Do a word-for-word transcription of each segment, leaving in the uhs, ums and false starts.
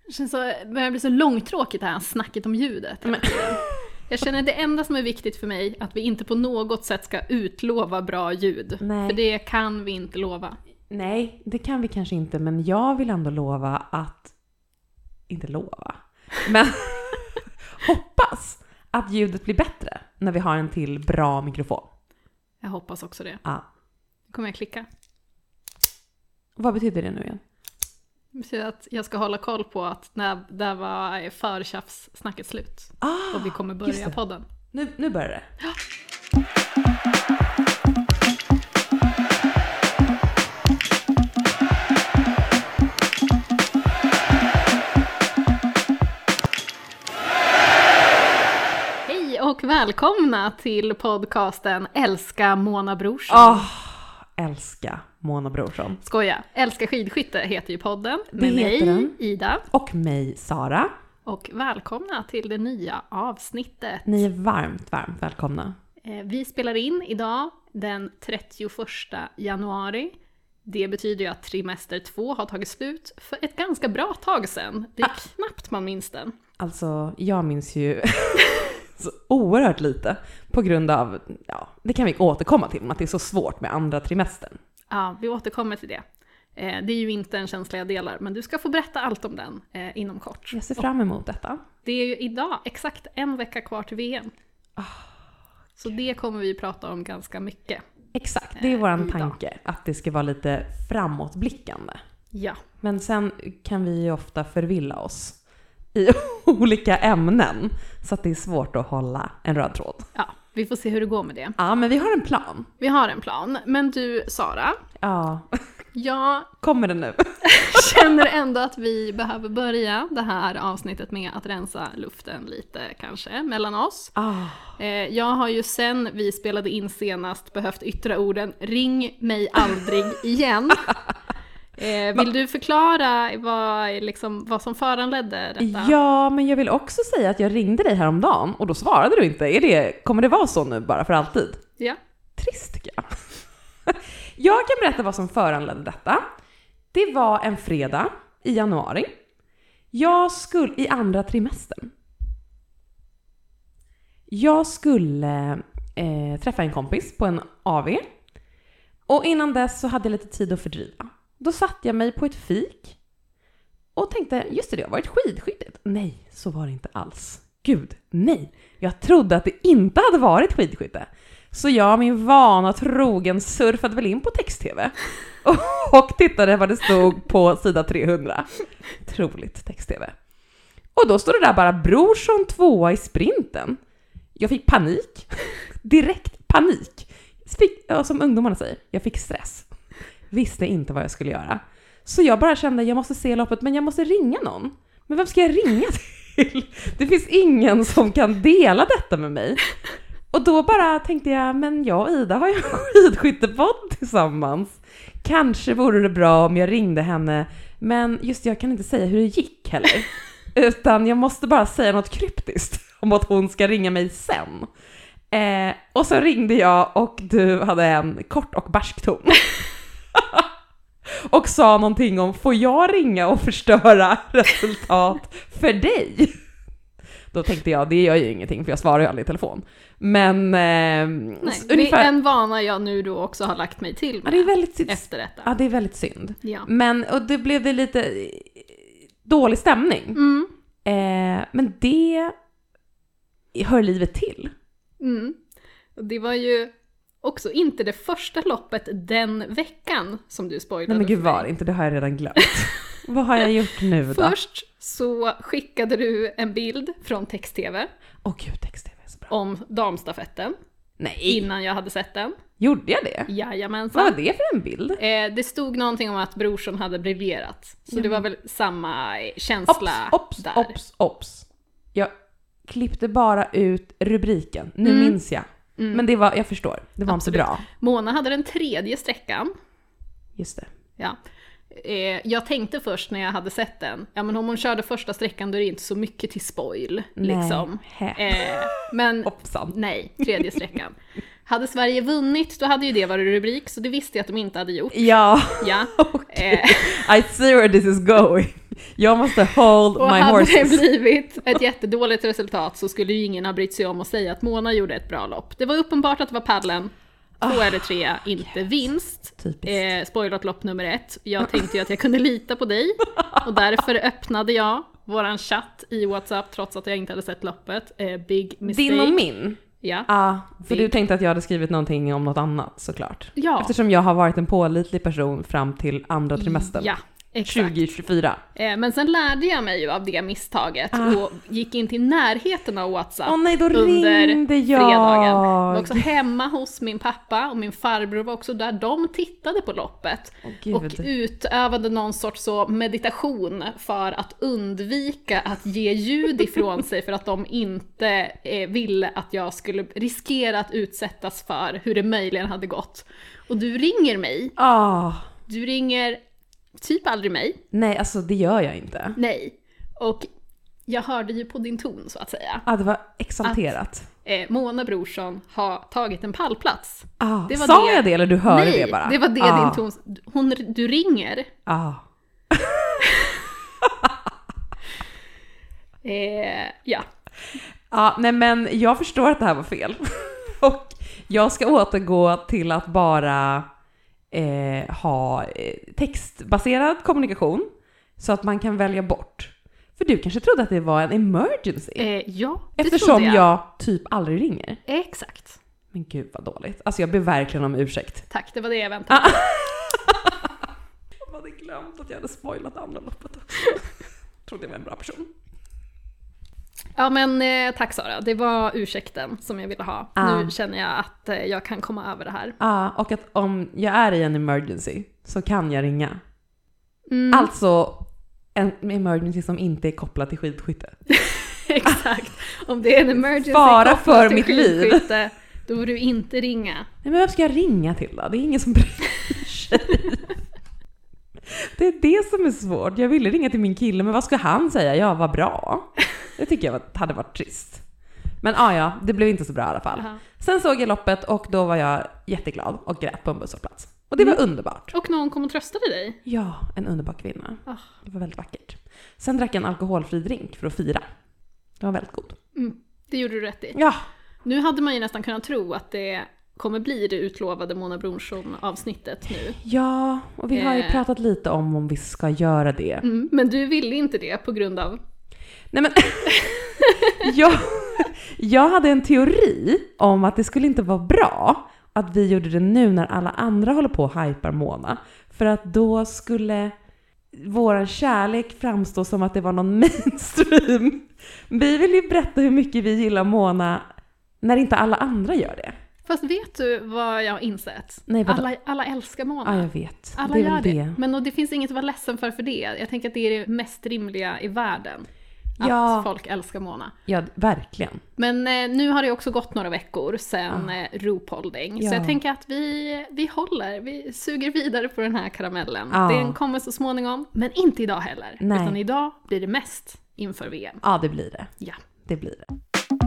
Det känns så, det börjar bli så långtråkigt här snacket om ljudet. Men... Jag känner att det enda som är viktigt för mig att vi inte på något sätt ska utlova bra ljud. Nej. För det kan vi inte lova. Nej, det kan vi kanske inte. Men jag vill ändå lova att... Inte lova. Men hoppas att ljudet blir bättre när vi har en till bra mikrofon. Jag hoppas också det. Ja. Nu kommer jag klicka. Vad betyder det nu igen? Det betyder att jag ska hålla koll på att när där var förtjafs-snacket slut. Ah, och vi kommer börja podden. Nu, nu börjar det. Ja. Hej och välkomna till podcasten Älska Mona Brorsson. Åh, oh, älska Mona Brorsson. Skoja. Älska skidskytte heter ju podden. Det med heter mig, den. Ida. Och mig, Sara. Och välkomna till det nya avsnittet. Ni är varmt, varmt välkomna. Vi spelar in idag den trettioförsta januari. Det betyder ju att trimester två har tagit slut för ett ganska bra tag sedan. Det är ah. knappt man minns den. Alltså, jag minns ju så oerhört lite på grund av, ja, det kan vi återkomma till, att det är så svårt med andra trimestern. Ja, vi återkommer till det. Det är ju inte en känsla jag delar, men du ska få berätta allt om den eh, inom kort. Jag ser fram emot detta. Det är ju idag exakt en vecka kvar till V M. Oh, okay. Så det kommer vi prata om ganska mycket. Exakt, det är våran eh, tanke. Att det ska vara lite framåtblickande. Ja. Men sen kan vi ju ofta förvilla oss i olika ämnen. Så att det är svårt att hålla en röd tråd. Ja, vi får se hur det går med det. Ja, men vi har en plan. Vi har en plan. Men du, Sara. Ja. Jag kommer det nu. känner ändå att vi behöver börja det här avsnittet med att rensa luften lite kanske mellan oss. Oh. Jag har ju sen vi spelade in senast behövt yttra orden ring mig aldrig igen. Vill du förklara vad, liksom, vad som föranledde detta? Ja, men jag vill också säga att jag ringde dig häromdagen och då svarade du inte. Är det, kommer det vara så nu bara för alltid? Ja. Trist tycker jag. Jag kan berätta vad som föranledde detta. Det var en fredag i januari. Jag skulle i andra trimestern. Jag skulle eh, träffa en kompis på en A V. Och innan dess så hade jag lite tid att fördriva. Då satt jag mig på ett fik. Och tänkte, just det, det har varit skidskyttet. Nej, så var det inte alls. Gud, nej. Jag trodde att det inte hade varit skidskytte. Så jag, min vana trogen, surfade väl in på text-tv. Och, och tittade vad det stod på sida trehundra. Troligt text-tv. Och då står det där bara Brorsson tvåa i sprinten. Jag fick panik. Direkt panik. Fick, ja, som ungdomarna säger, jag fick stress. Visste inte vad jag skulle göra. Så jag bara kände, jag måste se loppet, men jag måste ringa någon. Men vem ska jag ringa till? Det finns ingen som kan dela detta med mig. Och då bara tänkte jag, men jag och Ida har ju en skidskyttepodd tillsammans. Kanske vore det bra om jag ringde henne. Men just jag kan inte säga hur det gick heller. Utan jag måste bara säga något kryptiskt om att hon ska ringa mig sen. Eh, och så ringde jag och du hade en kort och barsk ton. Och sa någonting om, får jag ringa och förstöra resultat för dig? Då tänkte jag, det gör ju ingenting för jag svarar ju aldrig i telefon. Men eh, Nej, ungefär... det är en vana jag nu då också har lagt mig till med. Ja, det är väldigt synd. Efter detta. Ja, det är väldigt synd. Ja. Men, och det blev det lite dålig stämning. Mm. Eh, men det hör livet till. Mm. Och det var ju också inte det första loppet den veckan som du spoilade. Nej men gud, var inte, det har jag redan glömt. Vad har jag gjort nu då? Först så skickade du en bild från text-tv. Åh oh, gud, text-tv är så bra. Om damstafetten. Nej. Innan jag hade sett den. Gjorde jag det? Jajamensan. Vad var det för en bild? Eh, det stod någonting om att Brorsson hade briljerat. Så mm. det var väl samma känsla ops, där. Ops, ops, ops. Jag klippte bara ut rubriken. Nu mm. minns jag. Mm. Men det var, jag förstår, det var Absolut. inte bra. Mona hade den tredje sträckan. Just det. Ja. Eh, jag tänkte först när jag hade sett den, ja men om hon körde första sträckan då är det inte så mycket till spoil. Nej. Liksom. Eh, men Hoppsan. Nej, tredje sträckan. Hade Sverige vunnit, då hade ju det varit rubrik, så det visste jag att de inte hade gjort. Ja, ja. Okay. Eh. I see where this is going. Jag måste hold Och my hade horses. det blivit ett jättedåligt resultat så skulle ju ingen ha brytt sig om att säga att Mona gjorde ett bra lopp. Det var uppenbart att det var paddeln. Två eller tre, inte yes. vinst. Typiskt. Eh, spoilat lopp nummer ett. Jag tänkte ju att jag kunde lita på dig. Och därför öppnade jag våran chatt i WhatsApp trots att jag inte hade sett loppet. Eh, big mistake. Din och min? Ja. Ja, för Big. du tänkte att jag hade skrivit någonting om något annat såklart. Ja. Eftersom jag har varit en pålitlig person fram till andra trimestern. Ja, exakt. tjugo tjugofyra. Eh, men sen lärde jag mig ju av det misstaget Ah. och gick in till närheten av WhatsApp. Åh nej, då under ringde jag. fredagen. Jag var också hemma hos min pappa och min farbror var också där. De tittade på loppet Åh, Gud. och utövade någon sorts så meditation för att undvika att ge ljud ifrån sig för att de inte eh, ville att jag skulle riskera att utsättas för hur det möjligen hade gått. Och du ringer mig. Ah. Du ringer typ aldrig mig. Nej, alltså det gör jag inte. Nej. Och jag hörde ju på din ton så att säga. Ah, det var exalterat. Eh, Mona Brorsson har tagit en pallplats. Ah. Det var Sa det. jag det eller du hörde Nej, det bara? det var det ah. din ton... Hon, du ringer. Ah. Eh, ja. Ja, nej men jag förstår att det här var fel. Och jag ska återgå till att bara eh, ha eh, textbaserad kommunikation så att man kan välja bort. För du kanske trodde att det var en emergency. Eh, ja, det Eftersom trodde jag. jag typ aldrig ringer. Exakt. Men gud vad dåligt. Alltså jag ber verkligen om ursäkt. Tack, det var det jag väntade på. Jag hade glömt att jag hade spoilat andra loppet också. Trodde jag var en bra person. Ja men eh, tack Sara, det var ursäkten som jag ville ha. Ah. Nu känner jag att eh, jag kan komma över det här. Ja, och att om jag är i en emergency så kan jag ringa. Mm. Alltså en emergency som inte är kopplad till skidskytte. Exakt. Om det är en emergency Fara kopplat för till mitt liv. skidskytte, då får du inte ringa. Nej, men vem ska jag ringa till då? Det är ingen som bryr sig. Det är det som är svårt. Jag ville ringa till min kille, men vad ska han säga? Ja, vad bra. Det tycker jag hade varit trist. Men ah, ja, det blev inte så bra i alla fall. Aha. Sen såg jag loppet och då var jag jätteglad och grät på en busshållplats. Och det Mm. var underbart. Och någon kom och tröstade dig. Ja, en underbar kvinna. Ah. Det var väldigt vackert. Sen drack jag en alkoholfri drink för att fira. Det var väldigt god. Mm. Det gjorde du rätt i. Ja. Nu hade man ju nästan kunnat tro att det kommer bli det utlovade Mona Brorsson-avsnittet nu. Ja, och vi har ju Eh. pratat lite om om vi ska göra det. Mm. Men du ville inte det på grund av... Nej men, jag, jag hade en teori om att det skulle inte vara bra att vi gjorde det nu när alla andra håller på och hypar Mona. För att då skulle våran kärlek framstå som att det var någon mainstream. Vi vill ju berätta hur mycket vi gillar Mona när inte alla andra gör det. Fast vet du vad jag har insett? Nej, vadå? alla, alla älskar Mona. Ja, jag vet. Alla det är gör väl det. det. Men och det finns inget att vara ledsen för för det. Jag tänker att det är det mest rimliga i världen. Att Ja. folk älskar Mona. Ja, verkligen. Men eh, nu har det också gått några veckor sedan Ja. eh, Rupolding. Ja. Så jag tänker att vi, vi håller, vi suger vidare på den här karamellen. Ja. Den kommer så småningom, men inte idag heller. Nej. Utan idag blir det mest inför V M. Ja, det blir det. Ja. Det blir det.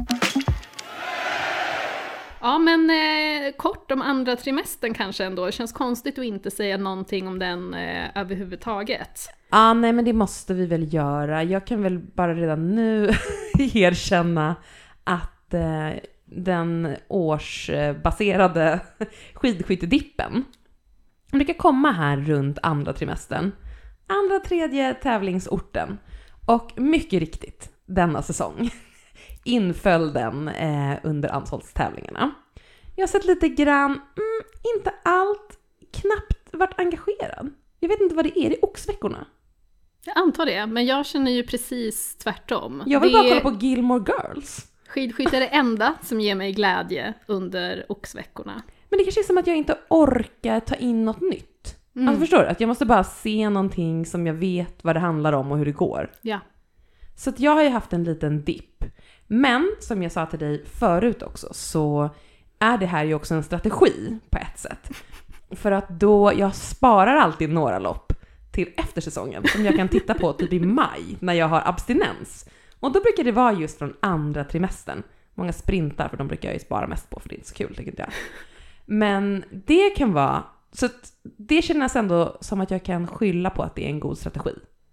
Ja, men eh, kort om andra trimestern kanske ändå. Det känns konstigt att inte säga någonting om den eh, överhuvudtaget. Ja, nej men det måste vi väl göra. Jag kan väl bara redan nu erkänna att eh, den årsbaserade skidskyttedippen brukar komma här runt andra trimestern. Andra, tredje tävlingsorten. Och mycket riktigt, denna säsong inföll den eh, under anshållstävlingarna. Jag har sett lite grann, mm, inte allt, knappt varit engagerad. Jag vet inte vad det är, det är oxveckorna. Jag antar det, men jag känner ju precis tvärtom. Jag vill det bara kolla på Gilmore Girls. Skidskytte är det enda som ger mig glädje under oxveckorna. Men det kanske är som att jag inte orkar ta in något nytt. Mm. Alltså förstår du? Att jag måste bara se någonting som jag vet vad det handlar om och hur det går. Ja. Så att jag har ju haft en liten dipp. Men som jag sa till dig förut också så är det här ju också en strategi på ett sätt. För att då, jag sparar alltid några lopp till eftersäsongen som jag kan titta på typ i maj när jag har abstinens. Och då brukar det vara just från andra trimestern. Många sprintar, för de brukar jag ju spara mest på för det är inte så kul, tycker inte jag. Men det kan vara, så att det känns ändå som att jag kan skylla på att det är en god strategi.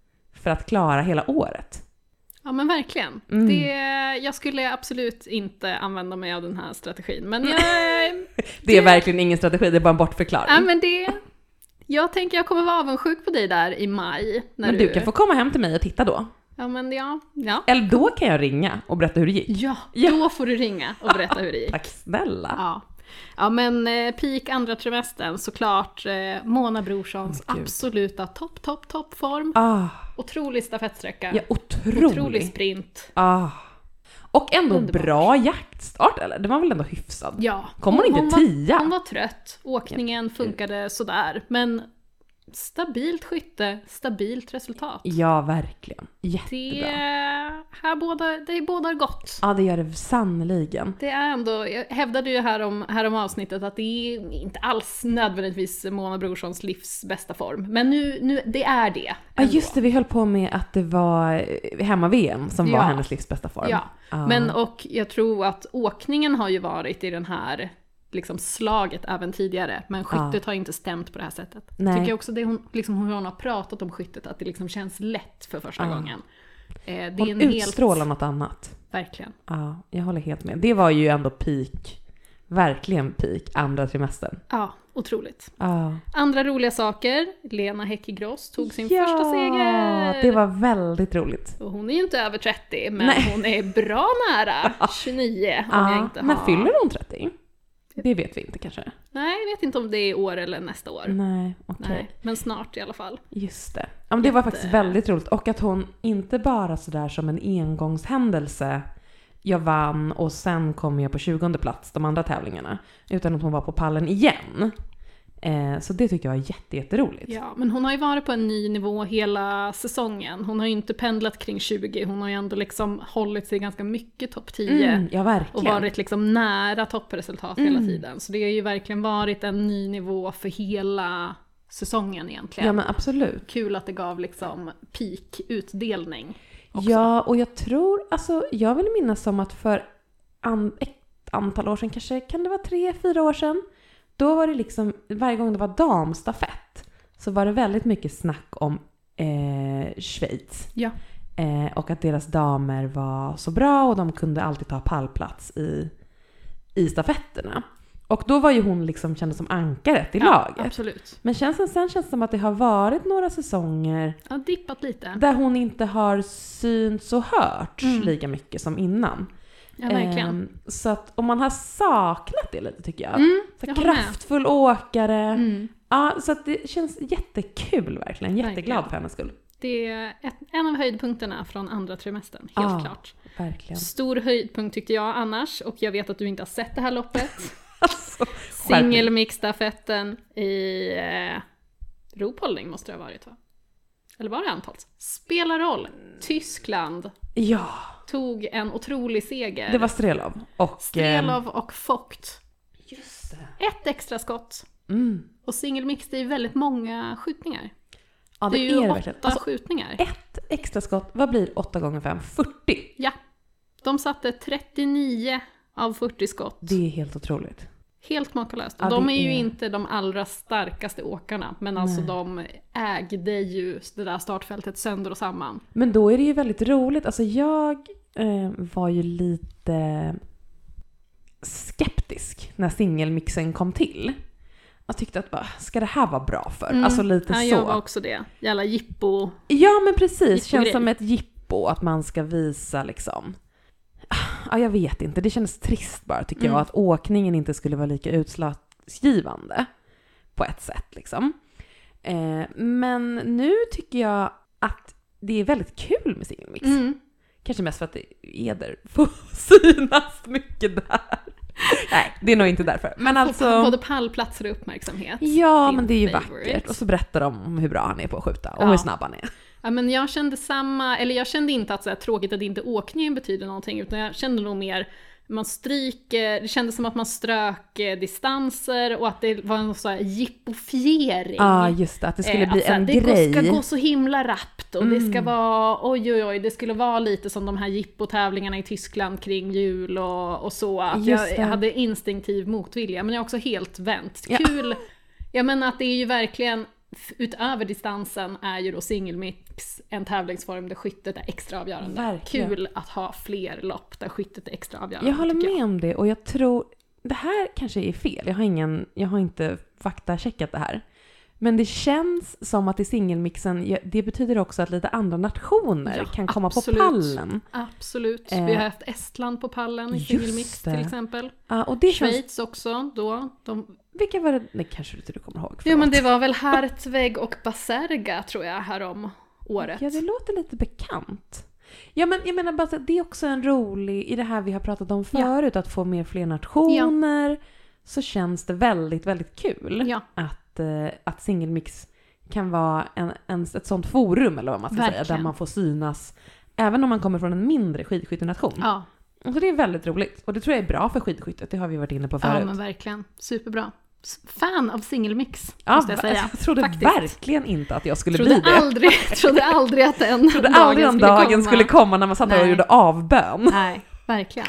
för att klara hela året. Ja men verkligen. Mm. Det, jag skulle absolut inte använda mig av den här strategin. Men jag, det, det är verkligen ingen strategi, det är bara en bortförklaring. Ja men det... Jag tänker jag kommer vara avundsjuk på dig där i maj. När men du, du kan få komma hem till mig och titta då. Ja men ja, ja. Eller då kan jag ringa och berätta hur det gick. Ja, ja. Då får du ringa och berätta hur det gick. Tack snälla. Ja, ja men eh, peak andra trimestern såklart eh, Mona Brorssons oh, absoluta topp, topp, topp form. Ah. Otrolig stafettsträcka. Ja, otrolig. Otrolig sprint. Ah. Och ändå Underbart. Bra jaktstart, eller? Det var väl ändå hyfsad? Ja. Kom hon, hon inte hon tia? Var, hon var trött. Åkningen funkade sådär. Men stabilt skytte, stabilt resultat. Ja, verkligen. Jättebra. Det, här båda, det bådar gott. Ja, det gör det sannoliken. Det är ändå, jag hävdade ju här om, här om avsnittet att det är inte alls nödvändigtvis Mona Brorssons livs bästa form. Men nu, nu det är det. Ja, just det. Vi höll på med att det var hemma-V M som ja. var hennes livs bästa form. Ja, ah. men och jag tror att åkningen har ju varit i den här liksom slaget även tidigare, men skyttet ah. har inte stämt på det här sättet. Nej. Tycker jag också det hon, liksom hur hon har pratat om skyttet, att det liksom känns lätt för första ah. gången. Eh, det hon är en utstrålar helt... något annat. Verkligen. Ja, jag håller helt med. Det var ju ändå peak, verkligen peak, andra trimestern. Ja, otroligt. Ah. Andra roliga saker. Lena Häcki-Gross tog sin ja, första seger. Det var väldigt roligt. Och hon är ju inte över trettio, men Nej. hon är bra nära tjugonio. Om ah, jag inte men har... fyller hon trettio? Det vet vi inte kanske. Nej, jag vet inte om det är i år eller nästa år. Nej, okej. Okay. Men snart i alla fall. Just det. Ja, men det var faktiskt väldigt roligt. Och att hon inte bara sådär som en engångshändelse, jag vann och sen kom jag på tjugonde plats de andra tävlingarna, utan att hon var på pallen igen. Eh, så det tycker jag var jätte, jätteroligt. Ja, men hon har ju varit på en ny nivå hela säsongen. Hon har ju inte pendlat kring tjugo. Hon har ju ändå liksom hållit sig ganska mycket topp tio. Mm, ja, verkligen. Och varit liksom nära toppresultat mm. hela tiden. Så det har ju verkligen varit en ny nivå för hela säsongen egentligen. Ja, men absolut. Kul att det gav liksom peak-utdelning också. Ja, och jag tror, alltså jag vill minnas som att för an- ett antal år sedan, kanske kan det vara tre, fyra år sedan, då var det liksom, varje gång det var damstafett så var det väldigt mycket snack om eh, Schweiz. Ja. Eh, och att deras damer var så bra och de kunde alltid ta pallplats i, i stafetterna. Och då var ju hon liksom, kändes som ankaret i ja, laget. Absolut. Men känns det, sen känns det som att det har varit några säsonger ja, dippat lite. Där hon inte har synts och hörts mm. lika mycket som innan. Ja, verkligen. Um, så att om man har saknat det lite tycker jag. Mm, så jag kraftfull med. åkare. Mm. Ja, så att det känns jättekul verkligen. Jätteglad verkligen. För hennes skull. Det är ett, en av höjdpunkterna från andra trimestern, helt ja, klart. Verkligen. Stor höjdpunkt tyckte jag annars, och jag vet att du inte har sett det här loppet. alltså, Singelmixstafetten i eh, ropholdning måste det ha varit, va? Eller var det antals? Spelar roll. Tyskland. Ja. Tog en otrolig seger. Det var Strelov. Och, Strelov och Vogt. Just det. Ett extra skott. Mm. Och singelmix, det är väldigt många skjutningar. Ja, det, det är är ju det åtta verkligen. Alltså, skjutningar. Ett extra skott, vad blir åtta gånger fem? fyrtio. Ja. De satte trettionio av fyrtio skott. Det är helt otroligt. Helt makalöst. Ja, de är, är ju inte de allra starkaste åkarna. Men alltså Nej. de ägde ju det där startfältet sönder och samman. Men då är det ju väldigt roligt. Alltså jag eh, var ju lite skeptisk när singelmixen kom till. Jag tyckte att, bara, ska det här vara bra för? Mm. Alltså lite ja, så. Jag var också det. Jävla jippo. Ja, men precis. Jippo känns grej. som ett jippo att man ska visa liksom. Ja, jag vet inte. Det kändes trist bara tycker mm. jag. Att åkningen inte skulle vara lika utslagsgivande på ett sätt liksom. Eh, men nu tycker jag att det är väldigt kul med singelmix. Mm. Kanske mest för att Eder får synas mycket där. Nej, det är nog inte därför. Men alltså, både pallplatser och uppmärksamhet. Ja, men det är ju favorite. Vackert. Och så berättar de om hur bra han är på att skjuta. Och ja. hur snabb han är. Ja, men jag kände samma, eller jag kände inte att så här, tråkigt att inte åkningen betyder någonting, utan jag kände nog mer man stryker, det kändes som att man strök eh, distanser och att det var en så här jippofiering. Ja, ah, just det, att det skulle eh, bli alltså, en det grej. Det ska gå så himla rappt och mm. det ska vara, oj oj oj, det skulle vara lite som de här jippotävlingarna i Tyskland kring jul och, och så. Att jag, jag hade instinktiv motvilja, men jag har också helt vänt. Kul, ja. Jag menar att det är ju verkligen utöver distansen är ju då singelmix en tävlingsform där skyttet är extra avgörande. Verkligen. Kul att ha fler lopp där skyttet är extra avgörande. Jag håller med jag. om det, och jag tror, det här kanske är fel. Jag har, ingen, jag har inte faktacheckat det här. Men det känns som att i singelmixen, det betyder också att lite andra nationer Ja, kan komma absolut. på pallen. Absolut. Eh, Vi har haft Estland på pallen i singelmix till exempel. Ja, och det Schweiz känns, också då. De... vilka var det? Det kanske inte du kommer ihåg. Jo, förlåt. men det var väl Hartweg och Baserga tror jag härom året. Ja, det låter lite bekant. Ja, men jag menar bara att det är också en rolig, i det här vi har pratat om förut, ja. Att få med fler nationer, ja. Så känns det väldigt, väldigt kul ja. att, eh, att singelmix kan vara en, en, ett sånt forum, eller vad man ska Verkligen. säga, där man får synas, även om man kommer från en mindre skidskyttenation. Ja. Och så det är väldigt roligt, och det tror jag är bra för skidskyttet, det har vi varit inne på förut. Ja, men verkligen. Superbra. Fan av singelmix, ja, måste jag säga. Jag trodde Faktiskt. verkligen inte att jag skulle trodde bli det. Aldrig, trodde aldrig att den trodde dagen, aldrig den skulle, dagen komma. skulle komma när man satt där och gjorde avbön. Nej, verkligen.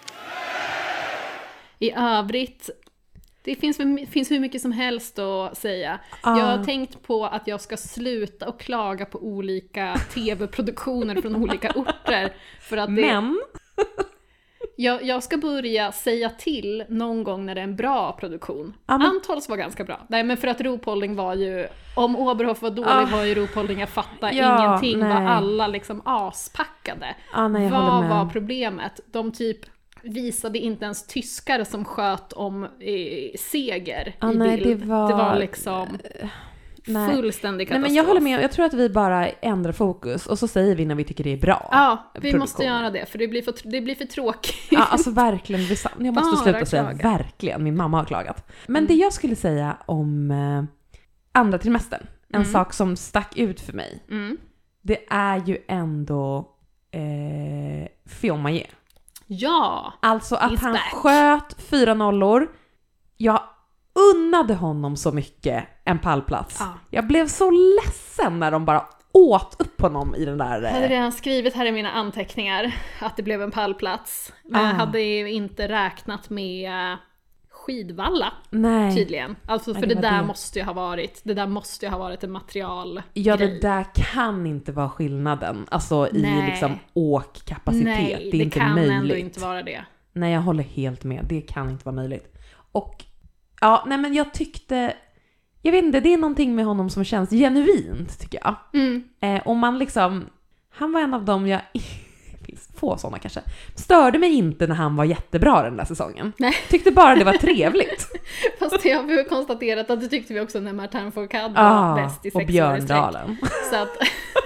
I övrigt, det finns, finns hur mycket som helst att säga. Ah. Jag har tänkt på att jag ska sluta och klaga på olika tv-produktioner från olika orter. För att det, Men... jag, jag ska börja säga till någon gång när det är en bra produktion. Ah, men... Antals var ganska bra. Nej, men för att Ruhpolding var ju, om Oberhof var dålig ah. var ju Ruhpolding, jag fattar ja, ingenting. Nej. Var alla liksom aspackade. Ah, nej, jag Vad var problemet? De typ visade inte ens tyskar som sköt om eh, seger ah, i nej, bild. Det var, det var liksom nej. fullständig katastrof. Nej, men jag håller med. Jag tror att vi bara ändrar fokus och så säger vi när vi tycker det är bra. Ja, vi produktion. måste göra det för det blir för, det blir för tråkigt. Ja, alltså verkligen. Jag måste bara sluta säga klaga. verkligen. Min mamma har klagat. Men Mm. det jag skulle säga om eh, andra trimestern, en Mm. sak som stack ut för mig, Mm. det är ju ändå eh, Fiomaye. Ja, Alltså att He's han back. sköt fyra nollor. Jag unnade honom så mycket en pallplats. Ja. Jag blev så ledsen när de bara åt upp honom i den där... jag hade redan skrivit här i mina anteckningar att det blev en pallplats. Men Ah. jag hade ju inte räknat med Skidvalla, Nej. tydligen. Alltså för Nej, det, det det var där det. måste ju ha varit, det där måste ju ha varit en material. Ja, det grej. där kan inte vara skillnaden. Alltså i Nej. liksom åkkapacitet. Nej, det är inte kan möjligt. ändå inte vara det. Nej, jag håller helt med. Det kan inte vara möjligt. Och ja, nej men jag tyckte... Jag vet inte, det är någonting med honom som känns genuint, tycker jag. Mm. Eh, och man liksom... Han var en av dem jag... Det finns få sådana kanske. Störde mig inte när han var jättebra den där säsongen. Nej. Tyckte bara det var trevligt. Fast det har vi konstaterat att det tyckte vi också när Martin Fourcade var Ah, bäst i och sex år i sträck. Björndalen. Så att...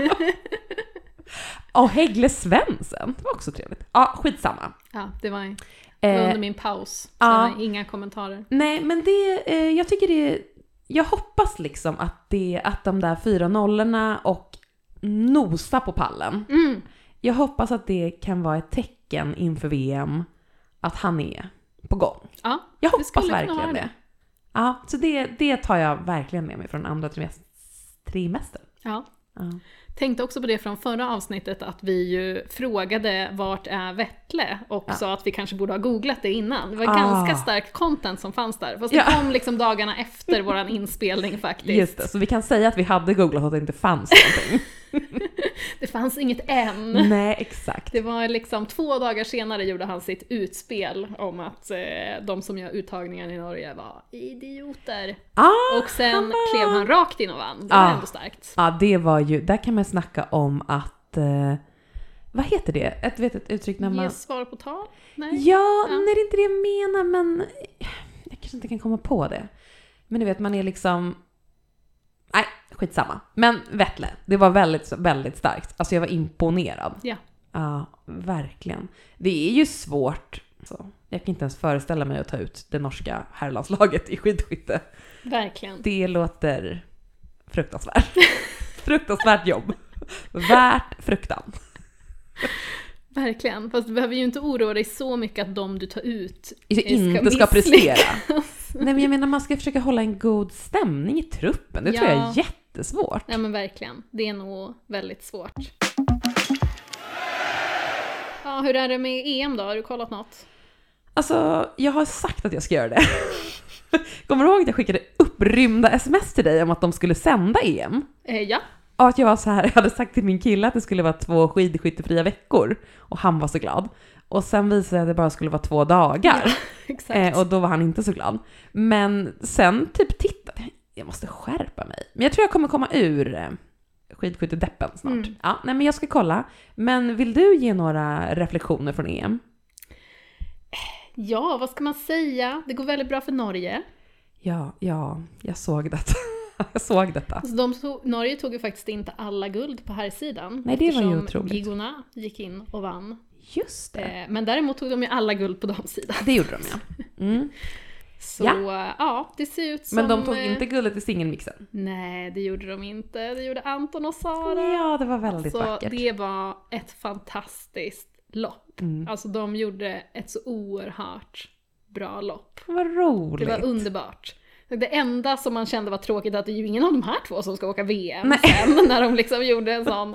Och Häggle Svensson. Det var också trevligt. Ja, skitsamma. Ja, det var, det var Eh, under min paus. Så ja. jag har inga kommentarer. Nej, men det... Eh, jag tycker det... Jag hoppas liksom att, det, att de där fyra nollorna och nosa på pallen. Mm. Jag hoppas att det kan vara ett tecken inför V M att han är på gång. Ja, Jag det hoppas skulle kunna verkligen vara det. det. Ja, så det, det tar jag verkligen med mig från andra trimest- trimestern. Ja. Ja. Tänkte också på det från förra avsnittet att vi ju frågade vart är Vettle och Ja. sa att vi kanske borde ha googlat det innan. Det var Ah. ganska stark content som fanns där. Fast det Ja. kom liksom dagarna efter våran inspelning faktiskt. Just det, så vi kan säga att vi hade googlat att det inte fanns någonting. Det fanns inget än. Nej, exakt. Det var liksom två dagar senare gjorde han sitt utspel om att eh, de som gör uttagningen i Norge var idioter. Ah, Och sen han var- klev han rakt in och vann. Det var Ah. ändå starkt. Ja, det var ju... Där kan man snacka om att... Eh, vad heter det? Ett, vet, ett uttryck när man... Ge svar på tal? Nej. Ja, Ja. nej, det är inte det jag menar, men jag kanske inte kan komma på det. Men du vet, man är liksom... Nej, skitsamma. Men Vettle, det var väldigt, väldigt starkt. Alltså jag var imponerad. Ja. Ja, verkligen. Det är ju svårt. Så, jag kan inte ens föreställa mig att ta ut det norska herrlandslaget i skidskytte. Verkligen. Det låter fruktansvärt. Fruktansvärt jobb. Värt fruktan. Verkligen. Fast du behöver ju inte oroa dig så mycket att de du tar ut Inte ska prestera. Nej, men jag menar, man ska försöka hålla en god stämning i truppen. Det Ja. tror jag är jättesvårt. Ja, men verkligen. Det är nog väldigt svårt. Ja, hur är det med E M då? Har du kollat något? Alltså, jag har sagt att jag ska göra det. Kommer du ihåg att jag skickade upp upprymda sms till dig om att de skulle sända E M. Eh, ja. Och att jag var så här, jag hade sagt till min kille att det skulle vara två skidskyttefria veckor. Och han var så glad. Och sen visade det att det bara skulle vara två dagar. Ja, exakt. Eh, och då var han inte så glad. Men sen typ tittade jag, jag måste skärpa mig. Men jag tror jag kommer komma ur eh, skidskyttedeppen snart. Mm. Ja, nej men jag ska kolla. Men vill du ge några reflektioner från E M? Ja, vad ska man säga? Det går väldigt bra för Norge. Ja, ja, jag såg detta. jag såg detta. Alltså de tog, Norge tog ju faktiskt inte alla guld på här sidan. Nej, det var ju otroligt. Gigona gick in och vann. Just det. Eh, men däremot tog de ju alla guld på damsidan. Det gjorde de, ja. Mm. Så Ja. ja, det ser ut som... Men de tog inte guldet i singelmixen? Nej, det gjorde de inte. Det gjorde Anton och Sara. Ja, det var väldigt Så vackert. det var ett fantastiskt lopp. Mm. Alltså de gjorde ett så oerhört bra lopp. Vad roligt. Det var underbart. Det enda som man kände var tråkigt att det är ju ingen av de här två som ska åka V M Nej. sen. När de liksom gjorde en sån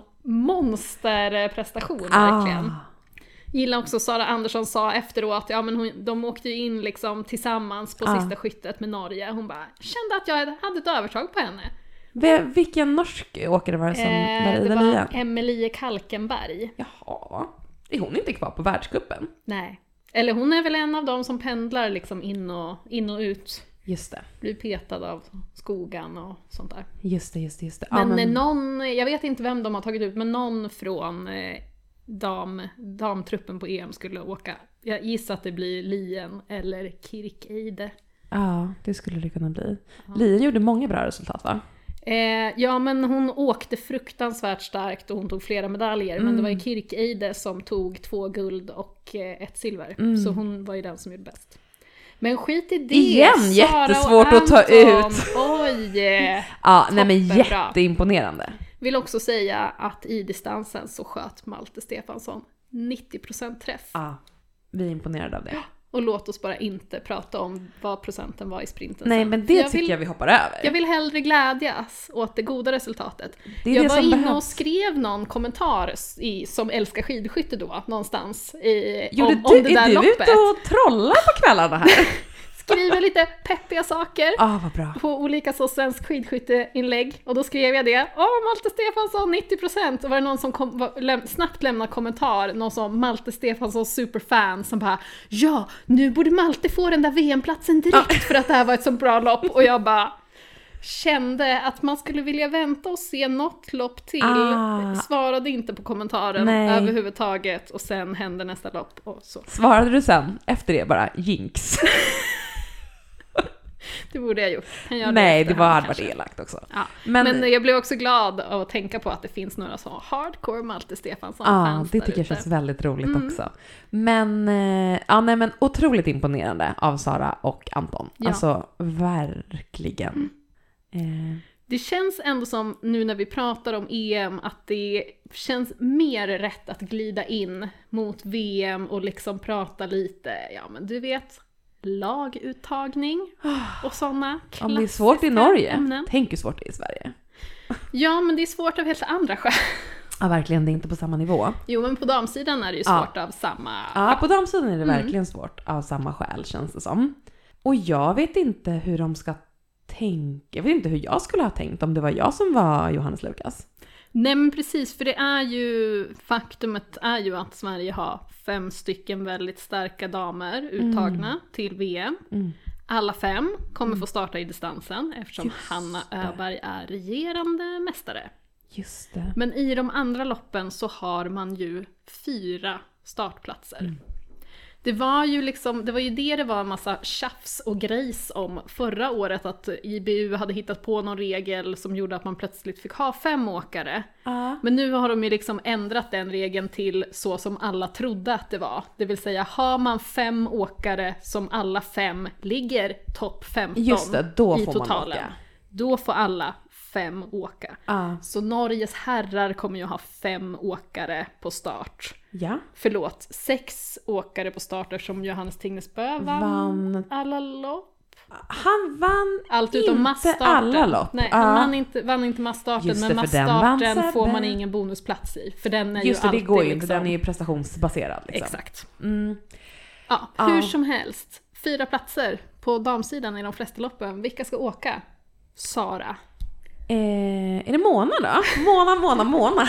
monsterprestation verkligen. Ah. Gillar också Sara Andersson sa efteråt, ja men hon, de åkte ju in liksom tillsammans på Ah. sista skyttet med Norge. Hon bara kände att jag hade ett övertag på henne. V- vilken norsk åkare var det som Eh, var i det den var ligan? Emelie Kalkenberg. Jaha. Är hon inte kvar på världscupen? Nej. Eller hon är väl en av dem som pendlar liksom in och, in och ut. Just det. Blir petad av skogen och sånt där. Just det, just det, just det. Men, Ja, men någon, jag vet inte vem de har tagit ut, men någon från eh, dam, damtruppen på E M skulle åka. Jag gissar att det blir Lien eller Kirkeide. ja, det skulle det kunna bli. Lien gjorde många bra resultat, va? Eh, ja, men hon åkte fruktansvärt starkt och hon tog flera medaljer. Mm. Men det var ju Kirkeide som tog två guld och eh, ett silver. Mm. Så hon var ju den som gjorde bäst. Men skit i det. Igen, Sara och jättesvårt att ta Anton. ut. Oj! Ja, nej men Toppenbra. jätteimponerande. Vill också säga att i distansen så sköt Malte Stefansson nittio procent träff. Ja, vi är imponerade av det. Och låt oss bara inte prata om vad procenten var i sprinten Nej, sen. men det jag tycker vill, jag vi hoppar över. Jag vill hellre glädjas åt det goda resultatet. Det är jag det var som inne och behövs. skrev någon kommentar i, som älskar skidskytte då, någonstans i, Gjorde om, du, om det där är du loppet. ute och trollar på kvällarna här? Skriver lite peppiga saker. Ah, vad bra. På olika så svensk skidskytteinlägg. Och då skrev jag det. Åh, Malte Stefansson, nittio procent. Och var det någon som kom, var, läm, snabbt lämnade kommentar. Någon som Malte Stefansson superfan som bara ja, nu borde Malte få den där V M-platsen direkt för att det här var ett så bra lopp. Och jag bara kände att man skulle vilja vänta och se något lopp till. Ah. Svarade inte på kommentaren Nej. överhuvudtaget. Och sen hände nästa lopp och så. Svarade du sen efter det bara jinx? Det borde jag gjort. Kan göra Nej, det efterhand, var hade varit kanske. elakt också. Ja. Men, Men, jag blev också glad av att tänka på att det finns några så hardcore Malte Stefansson ja, fans det där tycker jag ute. känns väldigt roligt Mm. också. Men, eh, ja, nej, men otroligt imponerande av Sara och Anton. Ja. Alltså, verkligen. Eh, Det känns ändå som, nu när vi pratar om E M, att det känns mer rätt att glida in mot V M och liksom prata lite, ja men du vet, laguttagning och sådana klassiska om det är svårt i Norge, ämnen. tänk hur svårt det är i Sverige. Ja, men det är svårt av helt andra skäl. Ja, verkligen, det är inte på samma nivå. Jo, men på damsidan är det ju Ja. svårt av samma... Ja, på damsidan är det Mm. verkligen svårt av samma skäl, känns det som. Och jag vet inte hur de ska tänka. Jag vet inte hur jag skulle ha tänkt om det var jag som var Johannes Lukas. Nej, men precis, för det är ju, faktumet är ju att Sverige har fem stycken väldigt starka damer uttagna Mm. till V M. Mm. Alla fem kommer få starta i distansen eftersom Just Hanna det. Öberg är regerande mästare. Just det. Men i de andra loppen så har man ju fyra startplatser. Mm. Det var ju liksom, det var ju det det var en massa tjafs och grejs om förra året, att I B U hade hittat på någon regel som gjorde att man plötsligt fick ha fem åkare. Ja. Men nu har de ju liksom ändrat den regeln till så som alla trodde att det var. Det vill säga, har man fem åkare som alla fem ligger topp femton Just det, då i får man totalen, åka. då får alla fem åka. Ja. Så Norges herrar kommer ju ha fem åkare på start. Ja. Förlåt, sex åkare på start eftersom Johannes Tingnesbö vann, Vann. alla lopp. Han vann Allt utom inte massstarten. alla lopp. Nej, Ja. han vann inte, vann inte massstarten, Just men det, för den vann massstarten får Sebbe. man ingen bonusplats i. För den är Just ju det, det alltid går ju inte. liksom, Den är ju prestationsbaserad. Liksom. exakt. Mm. Ja, Ja. hur som helst. Fyra platser på damsidan i de flesta loppen. Vilka ska åka? Sara. Eh, är det Mona då? Mona, Mona, Mona.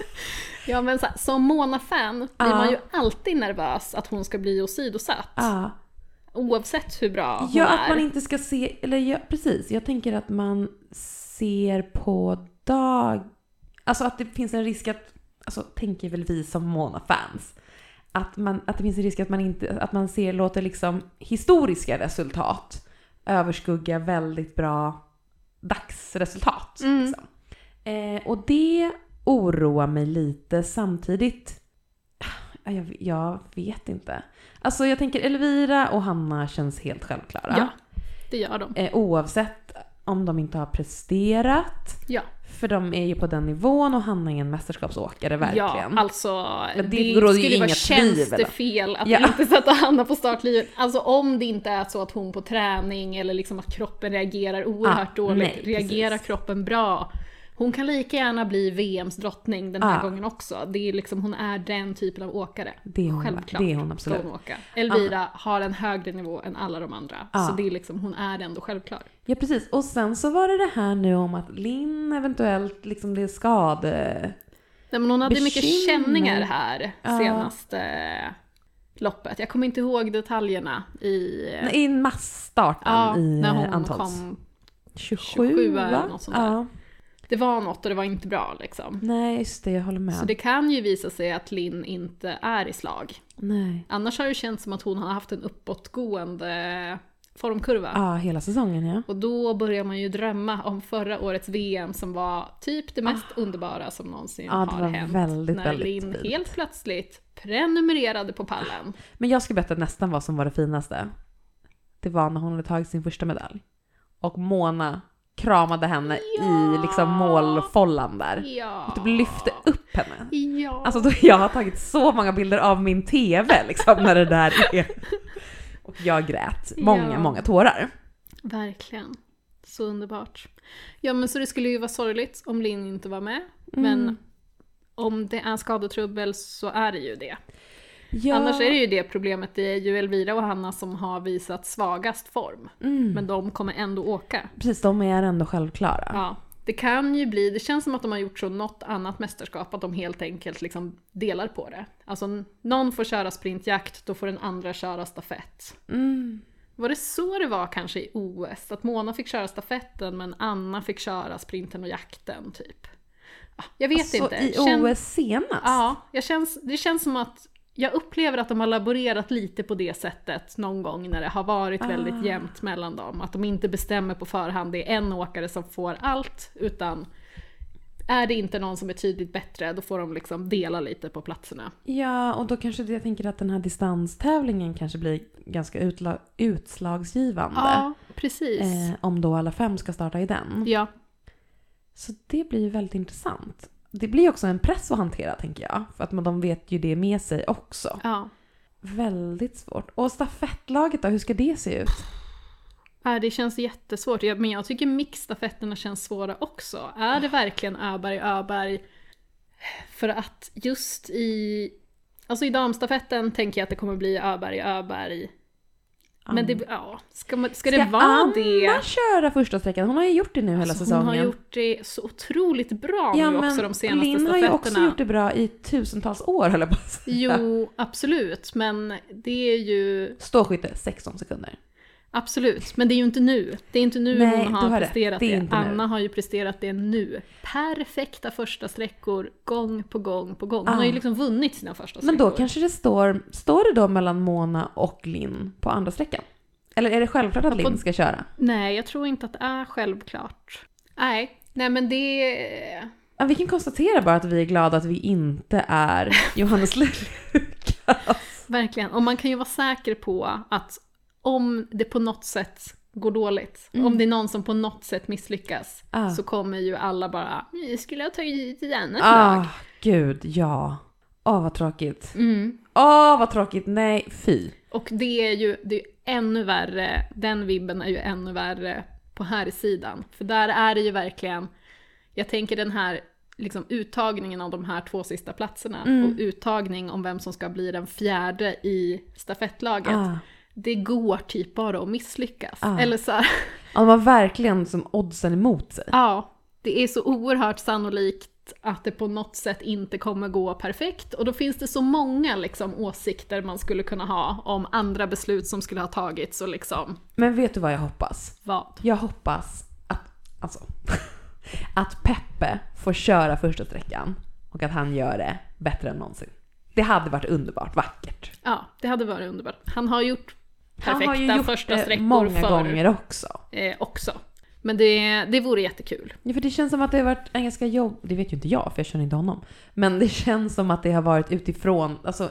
Ja, men så här, som Mona-fan blir Ja. man ju alltid nervös att hon ska bli åsidosatt. Ja. Oavsett hur bra hon Ja, är. att man inte ska se, eller ja, precis, jag tänker att man ser på dag, alltså att det finns en risk att, alltså tänker väl vi som Mona-fans, att, man, att det finns en risk att man inte, att man ser, låter liksom historiska resultat överskugga väldigt bra dagsresultat. Mm. Liksom. Eh, och det oroar mig lite samtidigt. Jag, jag vet inte. Alltså jag tänker Elvira och Hanna känns helt självklara. Ja, det gör de. Eh, oavsett om de inte har presterat. Ja. För de är ju på den nivån och Hanna är en mästerskapsåkare verkligen. Ja, alltså det det, råder ju skulle vara inga tvivel. tjänstefel att Ja. inte sätta Hanna på startlivet. Alltså om det inte är så att hon på träning eller liksom att kroppen reagerar oerhört Ja, dåligt, nej, reagerar precis. kroppen bra. Hon kan lika gärna bli V M:s drottning den här Ja. gången också. Det är liksom, hon är den typen av åkare. Det är hon, Självklart det är hon absolut. ska hon åka. Elvira har en högre nivå än alla de andra. Ja. Så det är liksom, hon är ändå självklar. Ja, precis. Och sen så var det det här nu om att Linn eventuellt, liksom det är skade... Nej, men hon hade mycket Bekymmer. känningar här Ja. senaste loppet. Jag kommer inte ihåg detaljerna i... I massstarten Ja, i när hon Antons. kom. tjugosju, tjugosju va? eller något sånt där. Ja. Det var något och det var inte bra liksom. Nej, just det, jag håller med. Så det kan ju visa sig att Linn inte är i slag. Nej. Annars har det känts som att hon har haft en uppåtgående formkurva. Ja, hela säsongen, ja. Och då börjar man ju drömma om förra årets V M som var typ det mest underbara som någonsin Ja, det har var hänt. väldigt, när väldigt Linn fint. helt plötsligt prenumererade på pallen. Men jag ska berätta nästan vad som var det finaste. Det var när hon hade tagit sin första medalj. Och Mona kramade henne Ja. i liksom målfållan där. Ja. Och typ lyfte upp henne. Ja. Alltså då, jag har tagit så många bilder av min tv liksom när det där är. Och jag grät många, Ja. många tårar. Verkligen. Så underbart. Ja, men så det skulle ju vara sorgligt om Linn inte var med. Mm. Men om det är skadetrubbel så är det ju det. Ja. Annars är det ju det problemet. Det är ju Elvira och Hanna som har visat svagast form. Mm. Men de kommer ändå åka. Precis, de är ändå självklara. Ja, det kan ju bli, det känns som att de har gjort så något annat mästerskap att de helt enkelt liksom delar på det. Alltså någon får köra sprintjakt, då får den andra köra stafett. Mm. Var det så det var kanske i O S? Att Mona fick köra stafetten men Anna fick köra sprinten och jakten typ? Ja, jag vet Alltså, inte. i Känn- O S senast? Ja, jag känns, det känns som att jag upplever att de har laborerat lite på det sättet någon gång när det har varit Ah. väldigt jämnt mellan dem. Att de inte bestämmer på förhand, det är en åkare som får allt, utan är det inte någon som är tydligt bättre, då får de liksom dela lite på platserna. Ja, och då kanske det, jag tänker att den här distanstävlingen kanske blir ganska utla- utslagsgivande. Ja, precis. Eh, om då alla fem ska starta i den. Ja, Så det blir ju väldigt intressant. Det blir också en press att hantera, tänker jag. För att man, de vet ju det med sig också. ja. Väldigt svårt. Och stafettlaget då, hur ska det se ut? Ja, det känns jättesvårt. Jag- Men jag tycker mixstafetterna känns svåra också. Är det verkligen Öberg Öberg? För att just i... Alltså i damstafetten tänker jag att det kommer bli Öberg Öberg. Men det, ja, ska, man, ska, Ska det vara Anna det? köra första sträckan? Hon har ju gjort det nu hela Alltså, säsongen. hon har gjort det så otroligt bra ja, nu men också de senaste Linn stafetterna. har ju också gjort det bra i tusentals år, höll jag på att säga. Jo, absolut. Men det är ju... Ståskytte, sexton sekunder. Absolut, men det är ju inte nu. Det är inte nu Nej, hon du har har rätt. presterat Det det. är inte nu. Anna har ju presterat det nu. Perfekta första sträckor, gång på gång på gång. Hon Ah. har ju liksom vunnit sina första Men sträckor. då kanske det står, står det då mellan Mona och Linn på andra sträckan? Eller är det självklart att Ja, på- Linn ska köra? Nej, jag tror inte att det är självklart. Nej, nej men det... Ja, vi kan konstatera bara att vi är glada att vi inte är Johannes Lukas. Verkligen. Och man kan ju vara säker på att om det på något sätt går dåligt, Mm. om det är någon som på något sätt misslyckas, Ah. så kommer ju alla bara, "Jag skulle ha tagit ett annat Ah, lag." gud, ja. Åh, vad tråkigt. Mm. Åh, vad tråkigt. Nej, fy. Och det är ju det är ju ännu värre, den vibben är ju ännu värre på här sidan. För där är det ju verkligen, jag tänker den här liksom uttagningen av de här två sista platserna Mm. och uttagning om vem som ska bli den fjärde i stafettlaget. Ah. Det går typ bara att misslyckas. Ah. Eller så här, Ja, de har verkligen som oddsen emot sig. Ja, det är så oerhört sannolikt att det på något sätt inte kommer gå perfekt. Och då finns det så många liksom, åsikter man skulle kunna ha om andra beslut som skulle ha tagits. Och liksom... Men vet du vad jag hoppas? Vad? Jag hoppas att, alltså, att Peppe får köra första sträckan och att han gör det bättre än någonsin. Det hade varit underbart, vackert. Ja, det hade varit underbart. Han har gjort perfekta han har ju gjort första sträckor många för, gånger också. Eh, också. Men det, det vore jättekul. Ja, för det känns som att det har varit en ganska jobb... Det vet ju inte jag, för jag känner inte honom. Men det känns som att det har varit utifrån, alltså,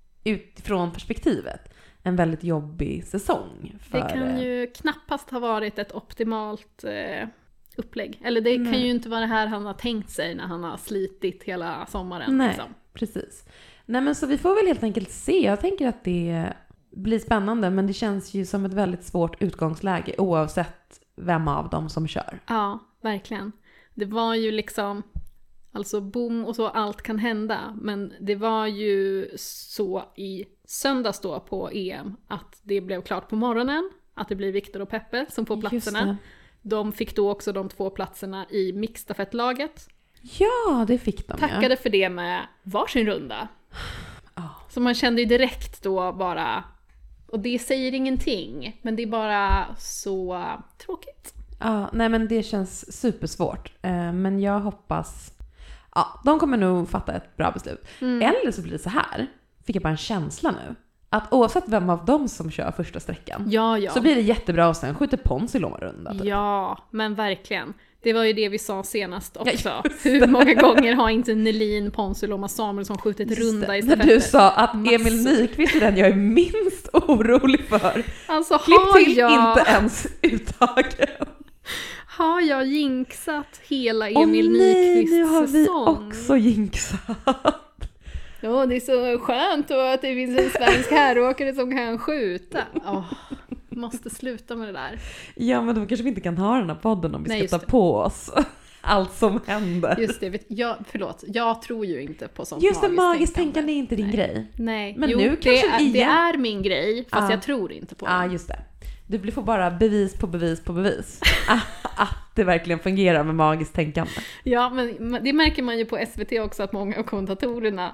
utifrån perspektivet en väldigt jobbig säsong. För... Det kan ju knappast ha varit ett optimalt eh, upplägg. Eller det Nej. kan ju inte vara det här han har tänkt sig när han har slitit hela sommaren. Nej, liksom. precis. Nej, men så vi får väl helt enkelt se. Jag tänker att det blir spännande, men det känns ju som ett väldigt svårt utgångsläge oavsett vem av dem som kör. Ja, verkligen. Det var ju liksom, alltså boom och så, allt kan hända. Men det var ju så i söndags då på E M att det blev klart på morgonen. Att det blir Viktor och Peppe som får platserna. De fick då också de två platserna i mixstafettlaget. Ja, det fick de. Tackade ja. för det med varsin runda. Oh. Så man kände ju direkt då bara, och det säger ingenting, men det är bara så tråkigt. Ja, nej men det känns supersvårt. Eh, men jag hoppas... Ja, de kommer nog fatta ett bra beslut. Mm. Eller så blir det så här, fick jag bara en känsla nu, att oavsett vem av dem som kör första sträckan, ja, ja. så blir det jättebra och sen skjuter Ponsi långa runda. Typ. Ja, men verkligen. Det var ju det vi sa senast också. Ja, hur många gånger har inte Nelin, Ponsi, Loma Samuelsson skjutit just runda i stafetter? När du sa att Massor. Emil Nyqvist är den jag är minst orolig för. Alltså, klipp till jag... inte ens uttagen. Har jag jinxat hela Emil oh, Nyqvists säsong? Nu har vi säsong? också jinxat. Ja, det är så skönt då att det finns en svensk herråkare som kan skjuta. Oh, måste sluta med det där. Ja, men då kanske vi inte kan ha den här podden om vi Nej, ska ta på oss allt som händer. Just det, vet, jag, förlåt, jag tror ju inte på sånt just magiskt det, magiskt tänkande. tänkande är inte din Nej. grej. Nej, men jo, nu det, kanske är, igen. det är min grej, fast ah. jag tror inte på det. Ja, ah, just det. Du får bara bevis på bevis på bevis. Att det verkligen fungerar med magiskt tänkande. Ja, men det märker man ju på S V T också, att många av kommentatorerna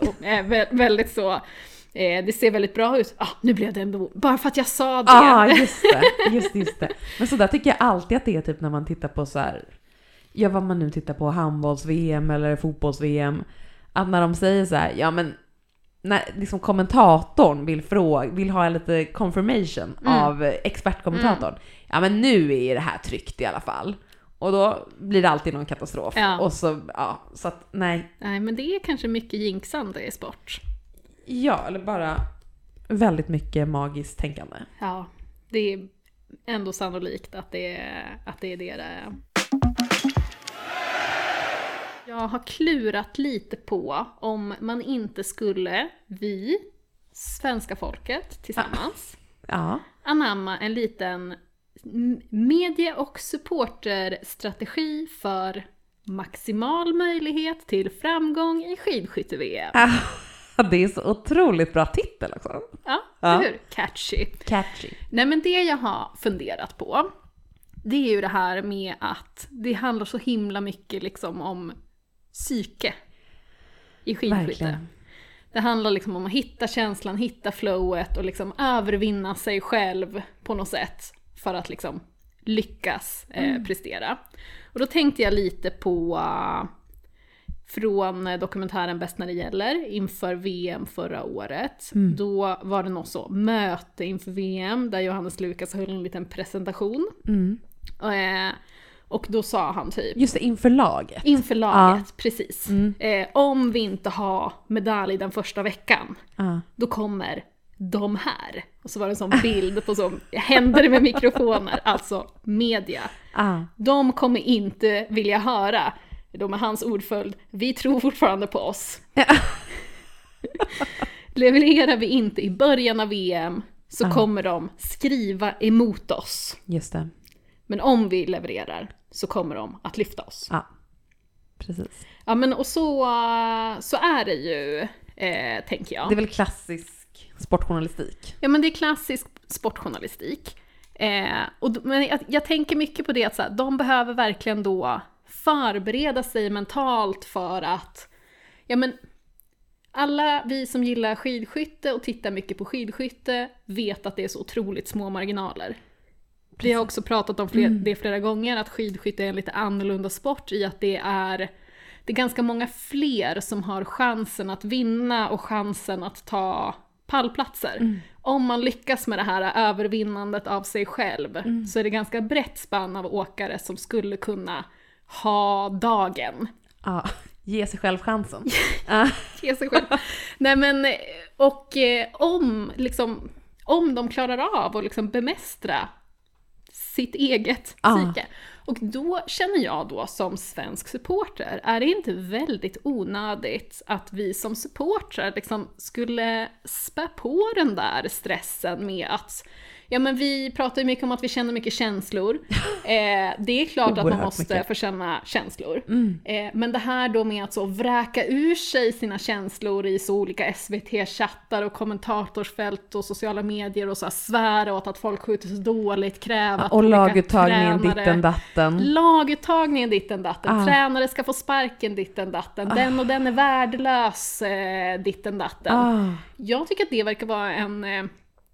är väldigt så... Det ser väldigt bra ut. Ah, nu blev det en bara för att jag sa det. Ja, ah, just det. Just, just det. Men så där tycker jag alltid att det är typ när man tittar på så här... Ja, vad man nu tittar på, handbolls-V M eller fotbolls-V M. Att när de säger så här, ja men... När liksom kommentatorn vill, fråga, vill ha en lite confirmation mm. av expertkommentatorn. Mm. Ja, men nu är det här tryggt i alla fall. Och då blir det alltid någon katastrof. Ja. Och så, ja, så att nej. Nej, men det är kanske mycket jinxande i sport. Ja, eller bara väldigt mycket magiskt tänkande. Ja, det är ändå sannolikt att det är, att det är det det är. Jag har klurat lite på om man inte skulle, vi, svenska folket tillsammans, ja. anamma en liten medie- och supporterstrategi för maximal möjlighet till framgång i skidskytte-V M. Ja. Det är så otroligt bra titel också. Ja, ja. Hur? Catchy. Catchy. Nej, men det jag har funderat på, det är ju det här med att det handlar så himla mycket liksom om psyke i skidskytte. Verkligen. Det handlar liksom om att hitta känslan, hitta flowet och liksom övervinna sig själv på något sätt för att liksom lyckas eh, mm. prestera. Och då tänkte jag lite på uh, från dokumentären Bäst när det gäller inför V M förra året. Mm. Då var det något så möte inför V M där Johannes Lukas höll en liten presentation. Mm. Och, eh, och då sa han typ... Just det, inför laget. Inför laget, ja. precis. Mm. Eh, om vi inte har medalj den första veckan, ja. då kommer de här. Och så var det en sån bild på som händer med mikrofoner, alltså media. Ja. De kommer inte vilja höra. Då med hans ordföljd, vi tror fortfarande på oss. Ja. Levererar vi inte i början av V M så ja. kommer de skriva emot oss. Just det. Men om vi levererar så kommer de att lyfta oss. Ja, precis. Ja, men och så, så är det ju, eh, tänker jag. Det är väl klassisk sportjournalistik? Ja, men det är klassisk sportjournalistik. Eh, och, men jag, jag tänker mycket på det att så här, de behöver verkligen då förbereda sig mentalt för att ja men alla vi som gillar skidskytte och tittar mycket på skidskytte vet att det är så otroligt små marginaler. Precis. Vi har också pratat om fler, mm. det flera gånger, att skidskytte är en lite annorlunda sport i att det är, det är ganska många fler som har chansen att vinna och chansen att ta pallplatser. Mm. Om man lyckas med det här övervinnandet av sig själv mm. så är det ganska brett spann av åkare som skulle kunna ha dagen. Ja, ge sig själv chansen. Ge sig själv. Nej men, och eh, om, liksom, om de klarar av att liksom bemästra sitt eget ah. psyke. Och då känner jag då som svensk supporter, är det inte väldigt onödigt att vi som supportrar liksom skulle spä på den där stressen med att ja men vi pratar ju mycket om att vi känner mycket känslor. Eh, det är klart att man måste mycket. få känna känslor. Mm. Eh, men det här då med att så vräka ur sig sina känslor i så olika S V T-chattar och kommentatorsfält och sociala medier och så här svära åt att folk skjuter så dåligt, kräva ja, och laguttagningen ditten datten. Laguttagningen ditten datten. Ah. Tränare ska få sparken ditten datten. Ah. Den och den är värdelös eh, ditten datten. Ah. Jag tycker att det verkar vara en eh,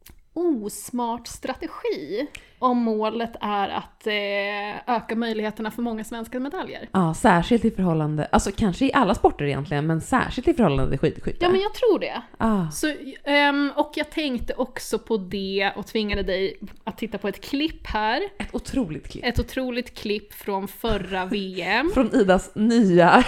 osmart strategi om målet är att eh, öka möjligheterna för många svenska medaljer. Ja, särskilt i förhållande, alltså kanske i alla sporter egentligen, men särskilt i förhållande till skidskytte. Ja, men jag tror det. Ah. Så, um, och jag tänkte också på det och tvingade dig att titta på ett klipp här. Ett otroligt klipp. Ett otroligt klipp från förra V M. Från Idas nya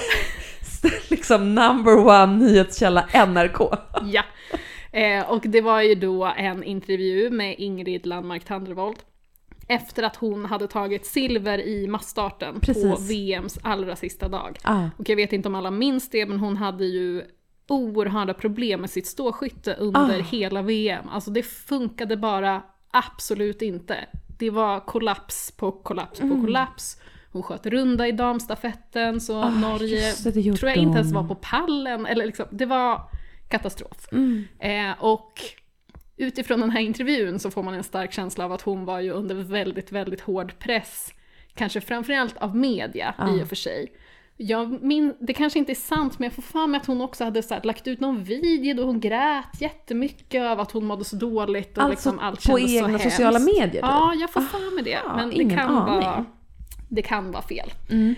liksom number one nyhetskälla N R K. Ja. Eh, och det var ju då en intervju med Ingrid Landmark Tandrevold efter att hon hade tagit silver i massstarten Precis. på V M:s allra sista dag. Ah. Och jag vet inte om alla minns det, men hon hade ju oerhörda problem med sitt ståskytte under ah. hela V M. Alltså det funkade bara absolut inte. Det var kollaps på kollaps på mm. kollaps. Hon sköt runda i damstafetten, så ah, Norge det, tror jag inte ens var på pallen. Eller liksom, det var katastrof. Mm. Eh, och utifrån den här intervjun så får man en stark känsla av att hon var ju under väldigt, väldigt hård press. Kanske framförallt av media ah. i och för sig. Jag min, det kanske inte är sant, men jag får för mig att hon också hade så här, lagt ut någon video då hon grät jättemycket av att hon mådde så dåligt. Och alltså liksom allt på kändes egna så sociala hemskt. medier? Ja, jag får för mig det. Ah, men det kan, vara, det kan vara fel. Mm.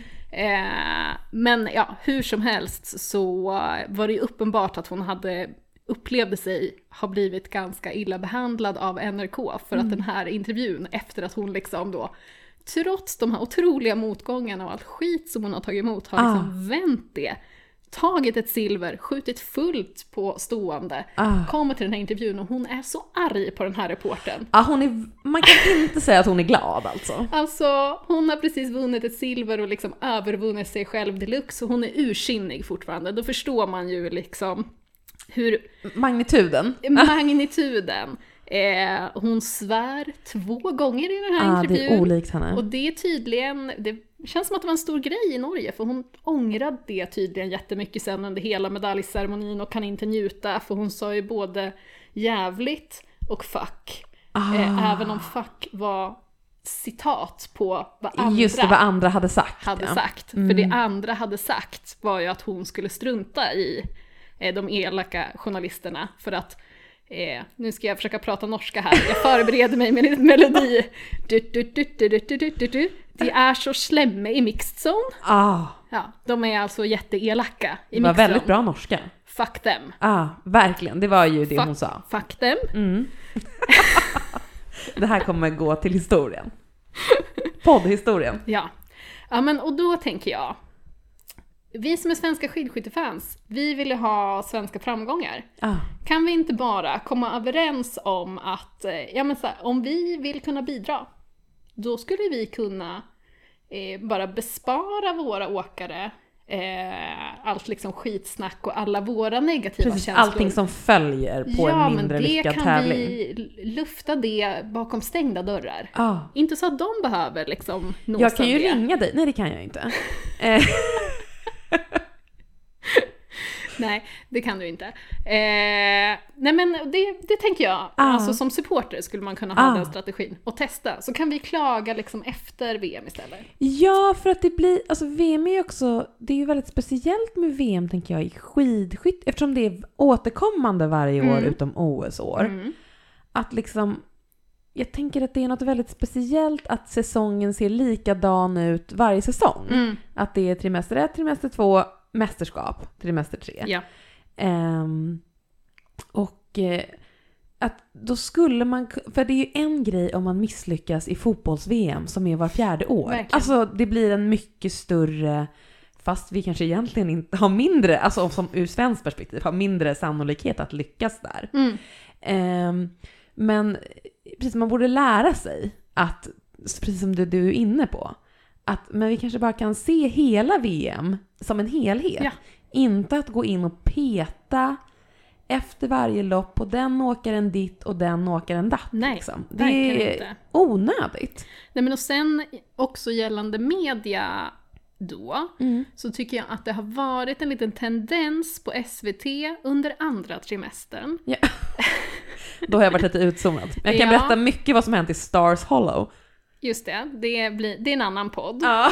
Eh, men ja, hur som helst så var det ju uppenbart att hon hade upplevde sig ha blivit ganska illa behandlad av N R K för mm. att den här intervjun, efter att hon liksom då trots de här otroliga motgångarna och allt skit som hon har tagit emot, har liksom ah. vänt det, tagit ett silver, skjutit fullt på stående, ah. kommer till den här intervjun och hon är så arg på den här reportern. Ah, hon är, man kan inte säga att hon är glad alltså. Alltså, hon har precis vunnit ett silver och liksom övervunnit sig själv deluxe och hon är ursinnig fortfarande. Då förstår man ju liksom hur... Magnituden. Magnituden. Eh, hon svär två gånger i den här ah, intervjun. Det är olikt henne. Och det är tydligen... Det känns som att det var en stor grej i Norge, för hon ångrade det tydligen jättemycket sen under hela medaljceremonin och kan inte njuta, för hon sa ju både jävligt och fuck. Ah. Eh, även om fuck var citat på vad andra, Just det, vad andra hade sagt. Hade ja. sagt. Mm. För det andra hade sagt var ju att hon skulle strunta i eh, de elaka journalisterna, för att Eh, nu ska jag försöka prata norska här. Jag förbereder mig med en melodi. Du, du, du, du, du, du, du, du. De är så slemme i mixed zone. Ah. Ja, de är alltså jätteelaka i Det var mixed väldigt zone. bra norska. Fuck them. Ah, verkligen, det var ju det fuck, hon sa. Fuck them. Mm. Det här kommer gå till historien. Poddhistorien. Ja. Ja, men och då tänker jag, vi som är svenska skidskyttefans, vi vill ha svenska framgångar. Ah. Kan vi inte bara komma överens om att ja, men så här, om vi vill kunna bidra, då skulle vi kunna eh, bara bespara våra åkare eh, allt liksom skitsnack och alla våra negativa Precis, känslor. allting som följer på ja, en mindre lyckad tävling. Ja, men det kan vi lufta det bakom stängda dörrar. Ah. Inte så att de behöver liksom nå Jag kan ju det. ringa dig. Nej, det kan jag inte. Nej, det kan du inte. Eh, nej men det, det tänker jag. Ah. Alltså som supporter skulle man kunna ha Ah. den strategin och testa. Så kan vi klaga liksom efter V M istället. Ja, för att det blir, alltså V M är ju också, det är ju väldigt speciellt med V M tänker jag i skidskytt, eftersom det är återkommande varje år Mm. utom O S-år. Mm. Att liksom, jag tänker att det är något väldigt speciellt att säsongen ser likadan ut varje säsong. Mm. Att det är trimester ett, trimester två, mästerskap, trimester tre. Ja. Ehm, och eh, att då skulle man, för det är ju en grej om man misslyckas i fotbolls-V M som är var fjärde år. Verkligen. Alltså det blir en mycket större, fast vi kanske egentligen inte har mindre, alltså som ur svensk perspektiv har mindre sannolikhet att lyckas där. Mm. Ehm, men precis, man borde lära sig att, precis som du, du är inne på, att men vi kanske bara kan se hela V M som en helhet. Ja. Inte att gå in och peta efter varje lopp och den åker en ditt och den åker en datt. Nej, liksom. Det verkligen är inte. onödigt. Nej, men och sen också gällande media då, Mm. så tycker jag att det har varit en liten tendens på S V T under andra trimestern. Ja. Då har jag varit lite utzoomad. Men jag kan Ja. berätta mycket vad som hänt i Stars Hollow. Just det, det, blir, det är en annan podd. Ja.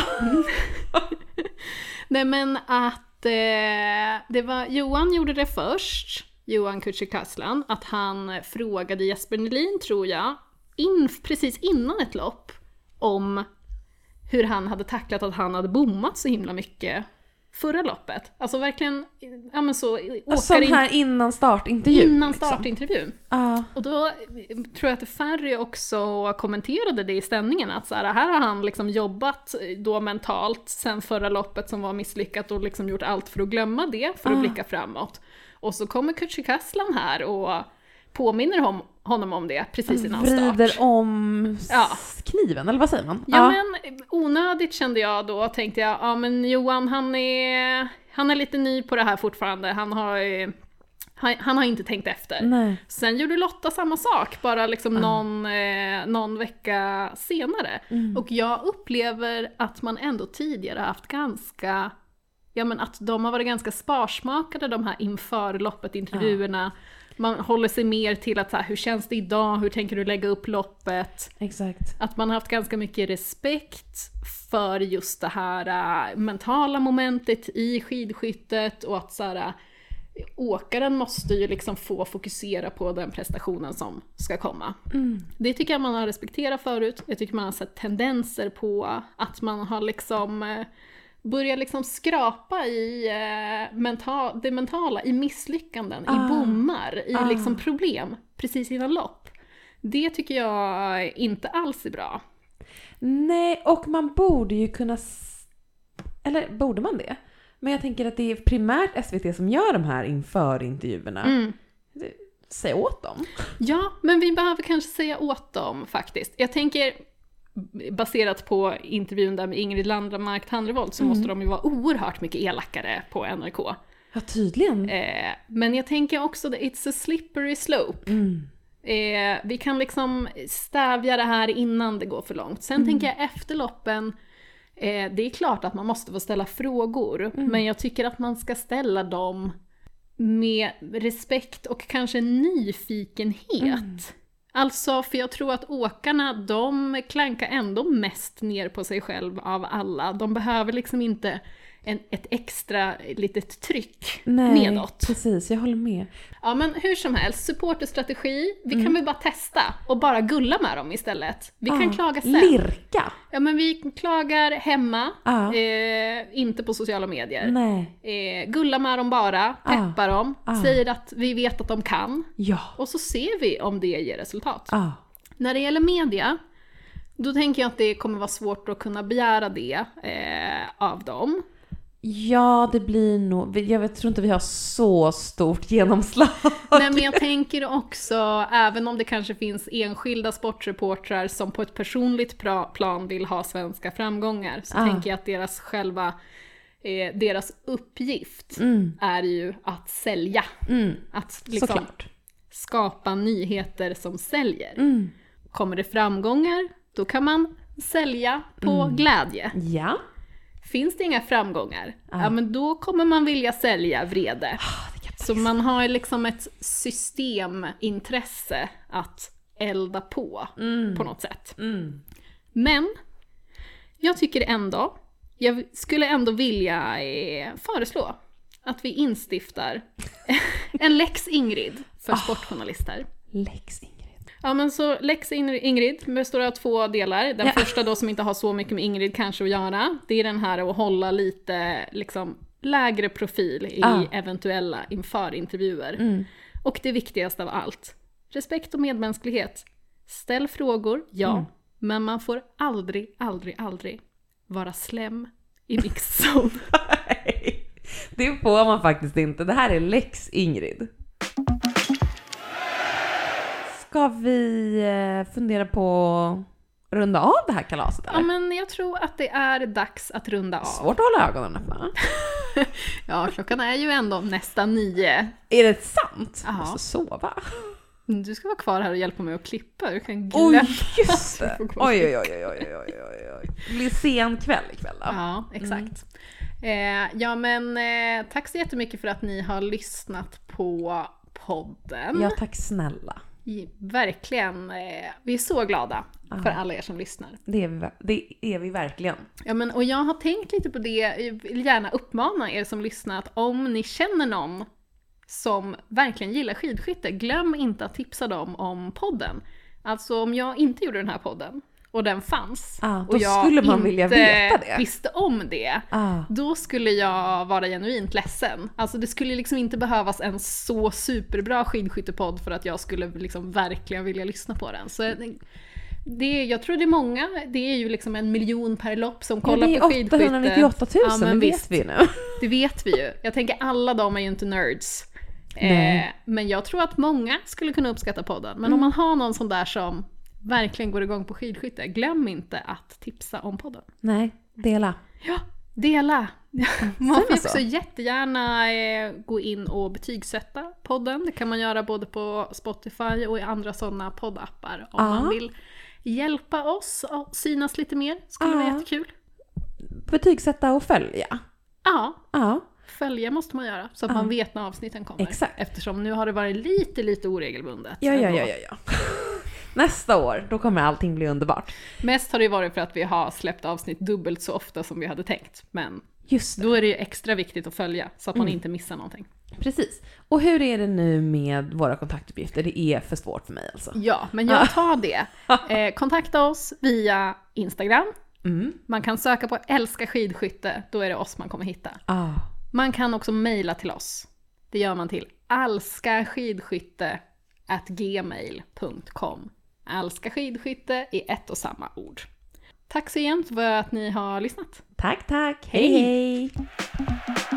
Nej men att eh, det var, Johan gjorde det först, Johan Kücükaslan, att han frågade Jesper Nelin, tror jag, in, precis innan ett lopp om hur han hade tacklat att han hade bommat så himla mycket förra loppet. Alltså verkligen, ja men så, Som åkar in, här innan startintervjun. innan liksom. startintervjun. Ja. Och då tror jag att Ferry också kommenterade det i stämningen, att så här, här har han liksom jobbat då mentalt sen förra loppet som var misslyckat och liksom gjort allt för att glömma det, för att Ah. blicka framåt. Och så kommer Kücükaslan här och påminner hom, honom om det precis innan start. Vrider om Ja. kniven, eller vad säger man? Ja, men onödigt kände jag då, tänkte jag, ja men Johan han är, han är lite ny på det här fortfarande, han har, eh, han, han har inte tänkt efter. Nej. Sen gjorde Lotta samma sak, bara liksom Ah. någon, eh, någon vecka senare. Mm. Och jag upplever att man ändå tidigare haft ganska, ja men att de har varit ganska sparsmakade de här inför loppet intervjuerna. Man håller sig mer till att så här, hur känns det idag, hur tänker du lägga upp loppet? Exakt. Att man har haft ganska mycket respekt för just det här äh, mentala momentet i skidskyttet och att så här, äh, åkaren måste ju liksom få fokusera på den prestationen som ska komma. Mm. Det tycker jag man har respekterat förut. Jag tycker man har sett tendenser på att man har liksom äh, börjat liksom skrapa i äh, mental, det mentala, i misslyckanden, Ah. i bommar, i Ah. liksom problem precis innan lopp. Det tycker jag inte alls är bra. Nej, och man borde ju kunna... S- Eller borde man det? Men jag tänker att det är primärt S V T som gör de här inför intervjuerna. Mm. Säg åt dem. Ja, men vi behöver kanske säga åt dem faktiskt. Jag tänker, baserat på intervjun där med Ingrid Landmark Tandrevold, så Mm. måste de ju vara oerhört mycket elakare på N R K. Ja, tydligen. Eh, men jag tänker också att it's a slippery slope. Mm. Eh, vi kan liksom stävja det här innan det går för långt. Sen Mm. tänker jag efter loppen, eh, det är klart att man måste få ställa frågor, Mm. men jag tycker att man ska ställa dem med respekt och kanske nyfikenhet. Mm. Alltså, för jag tror att åkarna, de klankar ändå mest ner på sig själv av alla. De behöver liksom inte en, ett extra litet tryck Nej, nedåt. precis. Jag håller med. Ja, men hur som helst, supporterstrategi, vi Mm. kan väl bara testa och bara gulla med dem istället. Vi kan Ja. klaga sen. Lirka. Ja, men vi klagar hemma, Ja. eh, inte på sociala medier. Nej. Eh, gulla med dem bara, peppa dem, Ja. säger att vi vet att de kan. Ja. Och så ser vi om det ger resultat. Ja. När det gäller media, då tänker jag att det kommer vara svårt att kunna begära det eh, av dem. Ja, det blir nog... Jag vet, tror inte vi har så stort genomslag. Nej, men jag tänker också, även om det kanske finns enskilda sportreportrar som på ett personligt pra- plan vill ha svenska framgångar, så Ah. tänker jag att deras själva, eh, deras uppgift Mm. är ju att sälja. Mm. Att liksom Såklart. skapa nyheter som säljer. Mm. Kommer det framgångar, då kan man sälja på Mm. glädje. Ja. Finns det inga framgångar, Ah. ja men då kommer man vilja sälja vrede. Ah, det Så man har liksom ett systemintresse att elda på Mm. på något sätt. Mm. Men jag tycker ändå, jag skulle ändå vilja eh, föreslå att vi instiftar en Lex Ingrid för Ah. sportjournalister. Lex Ingrid. Ja men så Lex Ingrid består av två delar. Den Ja. första då som inte har så mycket med Ingrid kanske att göra, det är den här att hålla lite liksom lägre profil i Ah. eventuella införintervjuer. Mm. Och det viktigaste av allt, respekt och medmänsklighet. Ställ frågor, ja, Mm. men man får aldrig, aldrig, aldrig vara slem i mixzone. Det får man faktiskt inte. Det här är Lex Ingrid. Ska vi eh, fundera på att runda av det här kalaset? Eller? Ja men jag tror att det är dags att runda av. Svårt att hålla ögonen öppna. Ja, klockan är ju ändå nästan nio. Är det sant? Ja. Jag måste sova. Du ska vara kvar här och hjälpa mig att klippa. Du kan Oj, glömma. just det. att du får gå och Oj, oj, oj, oj, oj, oj, oj, oj. Det blir sen kväll ikväll då. Ja, exakt. Eh, ja, men eh, tack så jättemycket för att ni har lyssnat på podden. Ja, tack snälla. I, verkligen. Eh, vi är så glada för alla er som lyssnar. Det är vi, det är vi verkligen. Ja, men, och jag har tänkt lite på det. Jag vill gärna uppmana er som lyssnar att om ni känner någon som verkligen gillar skidskytte, glöm inte att tipsa dem om podden. Alltså om jag inte gjorde den här podden och den fanns Ah, då och jag skulle man inte vilja veta det. visste om det, Ah. då skulle jag vara genuint ledsen. Alltså det skulle liksom inte behövas en så superbra skidskyttepodd för att jag skulle liksom verkligen vilja lyssna på den. Så det, jag tror det är många, det är ju liksom en miljon per lopp som kollar ja, på det är skidskytte. åttahundranittioåtta tusen, Ja, men det visst. vet vi nu. Det vet vi ju. Jag tänker alla de är ju inte nerds. Eh, men jag tror att många skulle kunna uppskatta podden. Men Mm. om man har någon sån där som verkligen går igång på skidskytte, glöm inte att tipsa om podden. Nej, dela. Ja, dela! Man får man också så? jättegärna eh, gå in och betygsätta podden. Det kan man göra både på Spotify och i andra sådana poddappar. Om Ja. man vill hjälpa oss att synas lite mer. Skulle vara Ja. jättekul. Betygsätta och följa. Ja. Ja, Följa måste man göra så att Ja. man vet när avsnitten kommer. Exakt. Eftersom nu har det varit lite, lite oregelbundet. ja, ja, ändå. ja, ja, ja. Nästa år, då kommer allting bli underbart. Mest har det ju varit för att vi har släppt avsnitt dubbelt så ofta som vi hade tänkt. Men Just det. då är det ju extra viktigt att följa så att man Mm. inte missar någonting. Precis. Och hur är det nu med våra kontaktuppgifter? Det är för svårt för mig alltså. Ja, men jag tar det. Eh, kontakta oss via Instagram. Mm. Man kan söka på älska skidskytte, då är det oss man kommer hitta. Ah. Man kan också mejla till oss. Det gör man till alskaskidskytte at gmail punkt com. Alska skidskytte i ett och samma ord. Tack så igen för att ni har lyssnat. Tack, tack. Hej. Hej, hej.